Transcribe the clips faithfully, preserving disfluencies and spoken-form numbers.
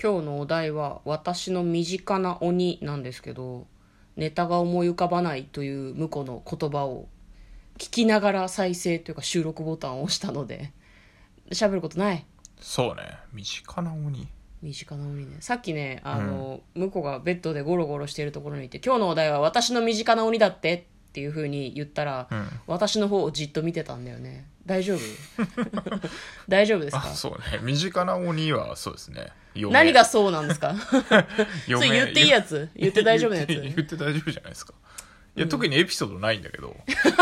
今日のお題は私の身近な鬼なんですけど、ネタが思い浮かばないという向こうの言葉を聞きながら再生というか収録ボタンを押したので喋ることない。 そうね、身近な鬼。 身近な鬼ね。さっきね、あの、うん、向こうがベッドでゴロゴロしているところにいて、今日のお題は私の身近な鬼だってっていう風に言ったら、うん、私の方をじっと見てたんだよね。大丈夫大丈夫ですか？ あ、そうね、身近な鬼はそうですね。 何がそうなんですか？それ言っていいやつ？言って大丈夫なやつ？ 言って、言って大丈夫じゃないですか。いや、うん、特にエピソードないんだけど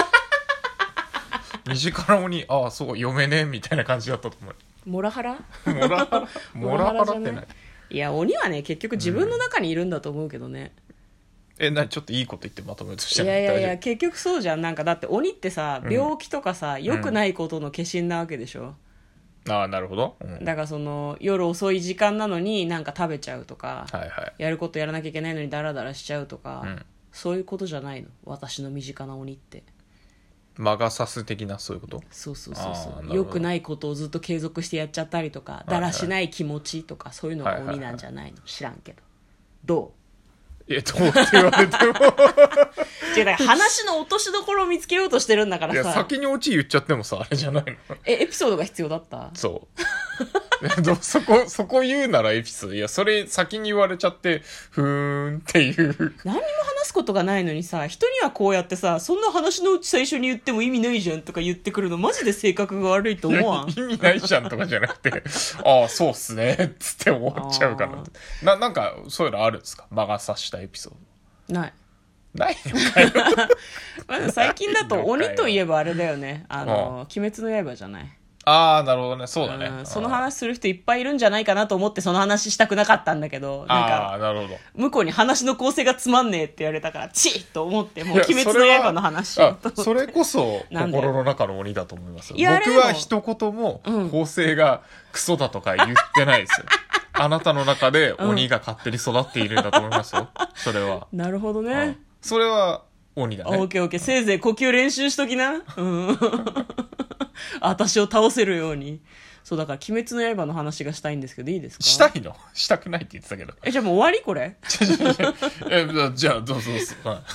身近な鬼、ああそう嫁ねみたいな感じだったと思う。 モラハラモラハラモラハラってない。 いや、鬼はね結局自分の中にいるんだと思うけどね、 うん、え、なにちょっといいこと言ってまとめようとしてる？ いやいやいや、結局そうじゃん。なんかだって鬼ってさ、病気とかさ、うん、良くないことの化身なわけでしょ、 うん、ああなるほど、うん、 だからその夜遅い時間なのになんか食べちゃうとか、 はいはい、 やることやらなきゃいけないのにダラダラしちゃうとか、 うん、 そういうことじゃないの？私の身近な鬼って魔が差す的な、そういうこと？ そうそうそうそう、良くないことをずっと継続してやっちゃったりとか、だらしない気持ちとか、そういうのが鬼なんじゃないの？はいはいはい、知らんけど。どう？ え、どうって言われても違う、だから話の落としどころを見つけようとしてるんだからさ。 いや、先にオチ言っちゃってもさ、あれじゃないの？ え、エピソードが必要だった？ そうそこそこ言うならエピソード、いやそれ先に言われちゃってふーんっていう。 何にも話すことがないのにさ、人にはこうやってさ、そんな話のうち最初に言っても意味ないじゃんとか言ってくるのマジで性格が悪いと思わん？ 意味ないじゃんとかじゃなくてああそうっすねっつって終わっちゃうかな。ななんかそういうのあるんですか？魔が差したエピソード。 ないないのかよまあ最近だと鬼といえばあれだよね、あの鬼滅の刃じゃない？ ああなるほどね、そうだね、 うん、その話する人いっぱいいるんじゃないかなと思ってその話したくなかったんだけど、なんかあなるほど、 向こうに話の構成がつまんねえって言われたからチッと思って、もう鬼滅の刃の話をそれこそ心の中の鬼だと思いますよ。僕は一言も構成がクソだとか言ってないですよ、うん、あなたの中で鬼が勝手に育っているんだと思いますよ、それは。なるほどね、うん、 それは鬼だね。 オッケーオッケー、せいぜい呼吸練習しときな、うん私を倒せるように。そうだから鬼滅の刃の話がしたいんですけどいいですか？ したいの？したくないって言ってたけど。 え、じゃあもう終わりこれえ、じゃあどうぞどうぞ、はい、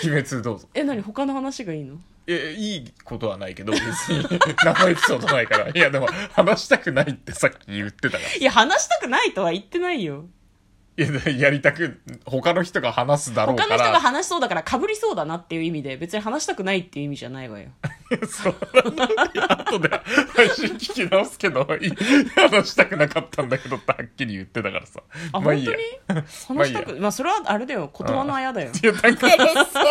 鬼滅どうぞ。 え、何他の話がいいの？ え、いいことはないけど別に生エピソードないから。いやでも話したくないってさっき言ってたから。 いや話したくないとは言ってないよ。 いや、やりたく、他の人が話すだろうから。 他の人が話しそうだから被りそうだなっていう意味で、別に話したくないっていう意味じゃないわよ。 そう後で配信聞き直すけど、話したくなかったんだけどってはっきり言ってたからさ。 あ、まあいいや、本当に話したく、まあ、まあそれはあれだよ、言葉のあやだよ。 いや、だからさ。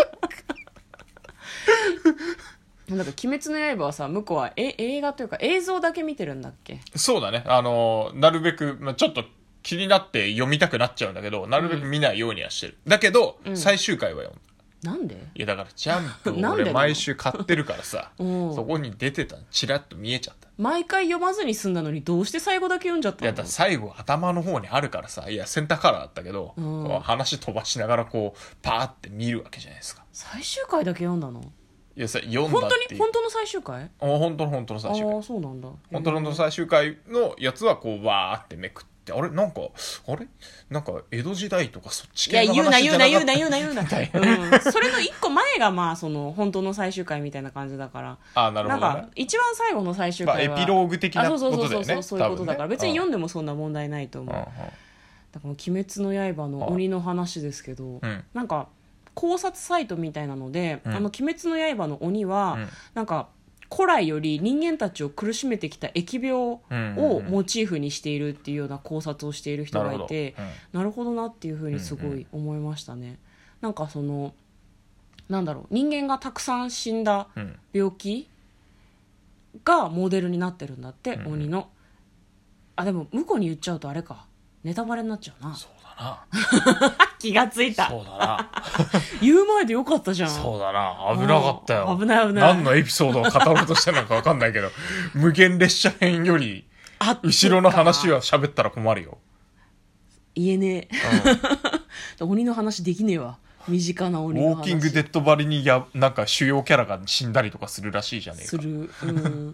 なんか鬼滅の刃はさ、向こうはえ映画というか映像だけ見てるんだっけ？ そうだね。あの、なるべく、まあ、ちょっと、気になって読みたくなっちゃうんだけど、なるべく見ないようにはしてる、うん、だけど、うん、最終回は読んだ。 なんで？ いやだからジャンプを俺毎週買ってるからさそこに出てたチラッと見えちゃった。 毎回読まずに済んだのにどうして最後だけ読んじゃったの？ いやだ最後頭の方にあるからさ、いやセンターカラーだったけど、うん、話飛ばしながらこうパーって見るわけじゃないですか。 最終回だけ読んだの？ いやさ読んだって本当に本当の最終回？あ、 本当の本当の最終回。 あ、そうなんだ。 本当の最終回のやつはこうわーってめくって、あれなんかあれなんか江戸時代とかそっち系の話じゃなかった？いや言うな言うな言うな言うな、 うん、それの一個前がまあその本当の最終回みたいな感じだから。 あ、なるほど、ね、 なんか一番最後の最終回は、 まあ、エピローグ的なことだよね。 そうそうそうそう、そういうことだから、ね、別に読んでもそんな問題ないと思う。だから鬼滅の刃の鬼の話ですけど、うん、なんか考察サイトみたいなので、うん、あの鬼滅の刃の鬼は、うん、なんか古来より人間たちを苦しめてきた疫病をモチーフにしているっていうような考察をしている人がいて、なるほど、うん、なるほどなっていうふうにすごい思いましたね、うんうん、なんかそのなんだろう、人間がたくさん死んだ病気がモデルになってるんだって、うん、鬼の。あ、でも向こうに言っちゃうとあれか、ネタバレになっちゃうな。 そうだな気がついた。 そうだな言う前でよかったじゃん。 そうだな、危なかったよ。 危ない危ない。 何のエピソードを語ろうとしてるのか分かんないけど無限列車編より後ろの話は喋ったら困るよ。 言えねえ、うん、鬼の話できねえわ。身近な鬼の話。 ウォーキングデッドばりにやなんか主要キャラが死んだりとかするらしいじゃねえか。 する、うん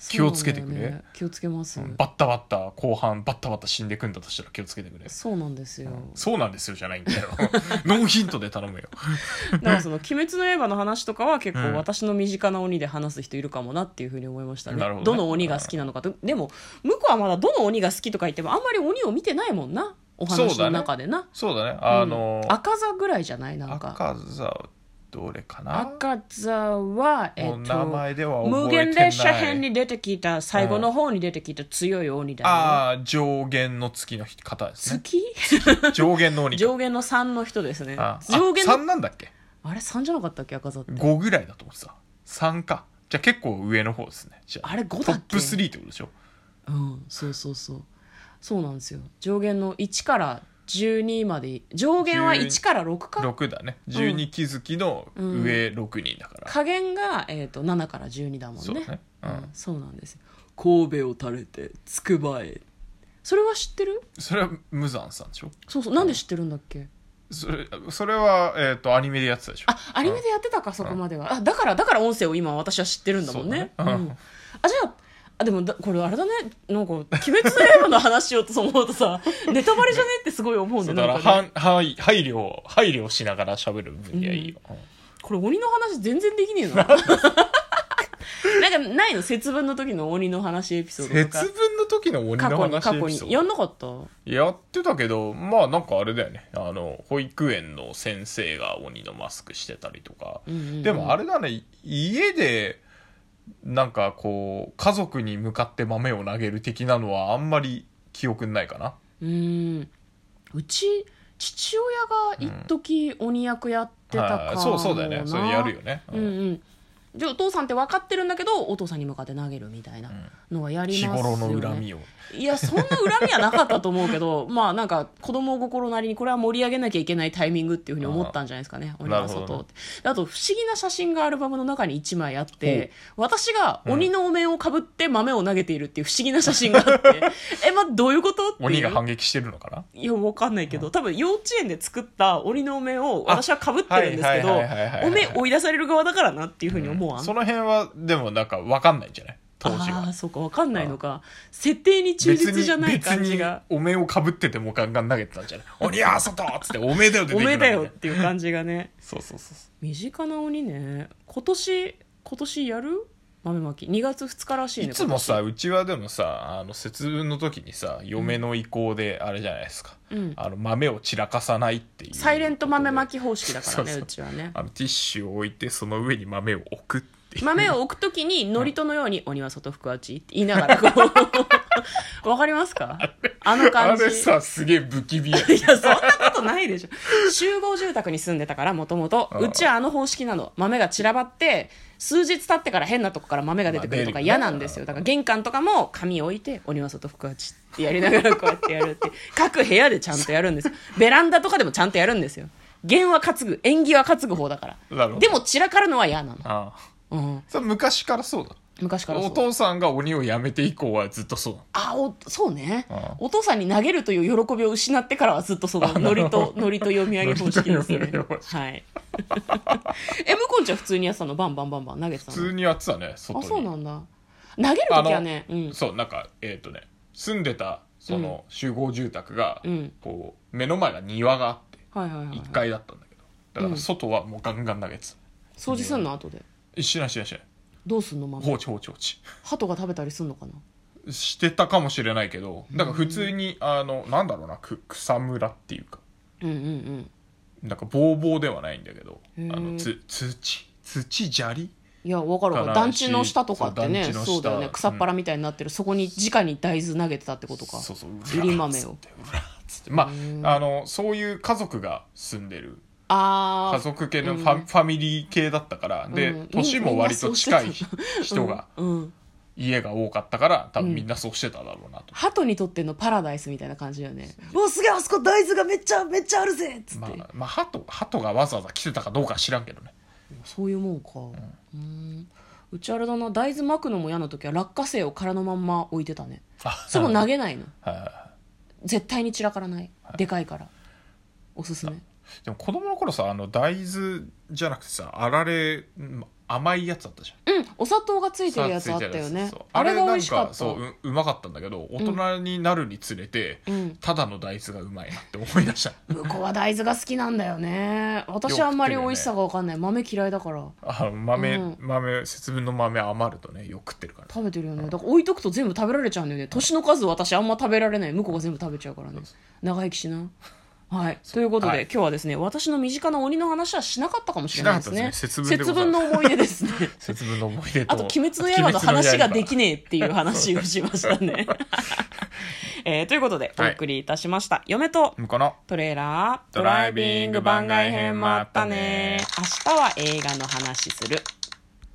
気をつけてくれ、 ね、気をつけます、 うん、バッタバッタ後半バッタバッタ死んでくんだとしたら気をつけてくれ。 そうなんですよ、 うん、そうなんですよじゃないんだよノーヒントで頼むよだからその「鬼滅の刃」の話とかは結構私の身近な鬼で話す人いるかもなっていうふうに思いましたね、うん、なるほどね、どの鬼が好きなのかと。でも向こうはまだどの鬼が好きとか言ってもあんまり鬼を見てないもんな、お話の中でな。 そうだね、そうだね、あのーうん、赤座ぐらいじゃない、なんか赤座どれかな。 赤座は、えっと、 名前では覚えてない。 無限列車編に出てきた最後の方に出てきた強い鬼だね、 うん、ああ上限の月の方ですね。 月上限の鬼上限のさんの人ですね。 ああ上限のさんなんだっけ。 あれさんじゃなかったっけ赤座って。 ごぐらいだと思ってた。さんか。じゃあ結構上の方ですね。じゃああれごだっけ。 トップスリーってことでしょ。 うんそうそうそうそうなんですよ。上限のいちからじゅうにまで、上限はいちからろくか。 ろくだね。じゅうに気づきの上ろくにんだから、うん、 加減が、えー、とななからじゅうにだもんね。 そうね、うんうん、 そうなんですよ。神戸を垂れてつくばへ。それは知ってる。 それは無惨さんでしょ。 そうそう、なんで知ってるんだっけ。 それそれは、えー、とアニメでやってたでしょ。 あアニメでやってたか、うん、そこまでは。あだからだから音声を今私は知ってるんだもんね。 そうだね、 うん、あじゃああでもだこれあれだね、なんか「鬼滅の刃」の話しようと思うとさネタバレじゃねってすごい思うんだよ。 だから、ね、はは配慮配慮しながら喋る分にはいいよ、うん、 これ鬼の話全然できねえのなんかないの節分の時の鬼の話エピソードとか。 節分の時の鬼の話エピソード過去にやんなかった。 やってたけど、まあなんかあれだよね、あの保育園の先生が鬼のマスクしてたりとか、うんうんうん、でもあれだね、家でなんかこう家族に向かって豆を投げる的なのはあんまり記憶にないかな。 うーんうち父親が一時鬼役やってたから、 うん、そうそうだよね、それやるよね、 うん、うんうんじゃあお父さんって分かってるんだけどお父さんに向かって投げるみたいなのはやりますよね、 日頃の恨みを。 いやそんな恨みはなかったと思うけどまあなんか子供心なりにこれは盛り上げなきゃいけないタイミングっていうふうに思ったんじゃないですかね、鬼の外って。あと不思議な写真がアルバムの中にいちまいあって、私が鬼のお面をかぶって豆を投げているっていう不思議な写真があってえまあどういうことっていう。 鬼が反撃してるのかな。 いや分かんないけど、多分幼稚園で作った鬼のお面を私はかぶってるんですけど、お面追い出される側だからなっていうふうに思わん、 うん、その辺はでもなんか分かんないんじゃない当時は。 ああそうか分かんないのか。設定に忠実じゃない感じが。 別にお面をかぶっててもガンガン投げてたんじゃない鬼や外っつってお面だよ出てくるお面だよっていう感じがねそうそうそう身近な鬼ね。今年今年やる豆まきにがつふつからしいね。 いつもさうちはでもさあの節分の時にさ嫁の意向であれじゃないですか、うん、あの豆を散らかさないっていうサイレント豆まき方式だからね。そうそううちはねあのティッシュを置いてその上に豆を置くっていう豆を置くときに祝詞のように鬼は外福あちって言いながらこうわかりますかあの感じ。 あれさすげえ不気味やいやそんなことないでしょ集合住宅に住んでたからもともとうちはあの方式なの。豆が散らばって数日経ってから変なとこから豆が出てくるとか嫌なんですよ。だから玄関とかも紙を置いて鬼は外福あちってやりながらこうやってやるって各部屋でちゃんとやるんですよ。ベランダとかでもちゃんとやるんですよ。弦は担ぐ縁起は担ぐ方だからでも散らかるのは嫌なの。 ああうん、 それ昔からそうだ。 昔からそう。 お父さんが鬼をやめて以降はずっとそう。 あおそうね、うん、お父さんに投げるという喜びを失ってからはずっとそうだ。ノリとノリと読み上げ方式ですねはいえ向こうんちは普通にやってたの。バンバンバンバン投げてたの。 普通にやってたね外に。 あそうなんだ。投げるときはね、うん、 そうなんかえっ、ー、とね住んでたその集合住宅が、うん、こう目の前が庭があって、はいはいはいはい、いっかいだったんだけどだから外はもうガンガン投げてた、 うん、掃除すんの後で。 しないしないしない。 どうすんのママ。 放置放置放置。 鳩が食べたりすんのかな。 してたかもしれないけどだから普通にあのなんだろうなく草むらっていうかうんうんうんなんかボーボーではないんだけどあのつ土土砂利いや分かるわ。団地の下とかってね そ, そうだよね草っ腹みたいになってる、うん、そこに直に大豆投げてたってことか。 そうそう入り豆をまああのそういう家族が住んでるあ家族系のフ ァ,、うん、ファミリー系だったから、で、うん、年も割と近い人が家が多かったから多分みんなそうしてただろうなと、うん、 鳩にとってのパラダイスみたいな感じだよね。うわすげえあそこ大豆がめっちゃめっちゃあるぜっつって、 まあ、まあ、鳩鳩がわざわざ来てたかどうか知らんけどね。 そういうもんか、うん、うんうちあれだな大豆巻くのも嫌な時は落花生を殻のまんま置いてたね。それも投げないの、はいはいはい、絶対に散らからない、はい、でかいからおすすめ。 でも子供の頃さあの大豆じゃなくてさあられ甘いやつあったじゃん。 うん、お砂糖がついてるやつあったよね。あれが美味しかった。 そう、う、うまかったんだけど、大人になるにつれて、うん、ただの大豆がうまいなって思い出した。 向こうは大豆が好きなんだよね。私はあんまり美味しさが分かんない。豆嫌いだから。 あ、豆、うん、豆、節分の豆余るとね、よく食ってるから、ね。 食べてるよね。だから置いとくと全部食べられちゃうんだよね。年の数私あんま食べられない。向こうが全部食べちゃうからね。長生きしな。はい。ということで、はい、今日はですね、私の身近な鬼の話はしなかったかもしれないですね。 しなかったですね。節分で節分の思い出ですね。 節分の思い出と。 あと、鬼滅の刃の話ができねえっていう話をしましたね。えー、ということで、お送りいたしました。はい、嫁とトレーラードライビング番外編もあったね。明日は映画の話する。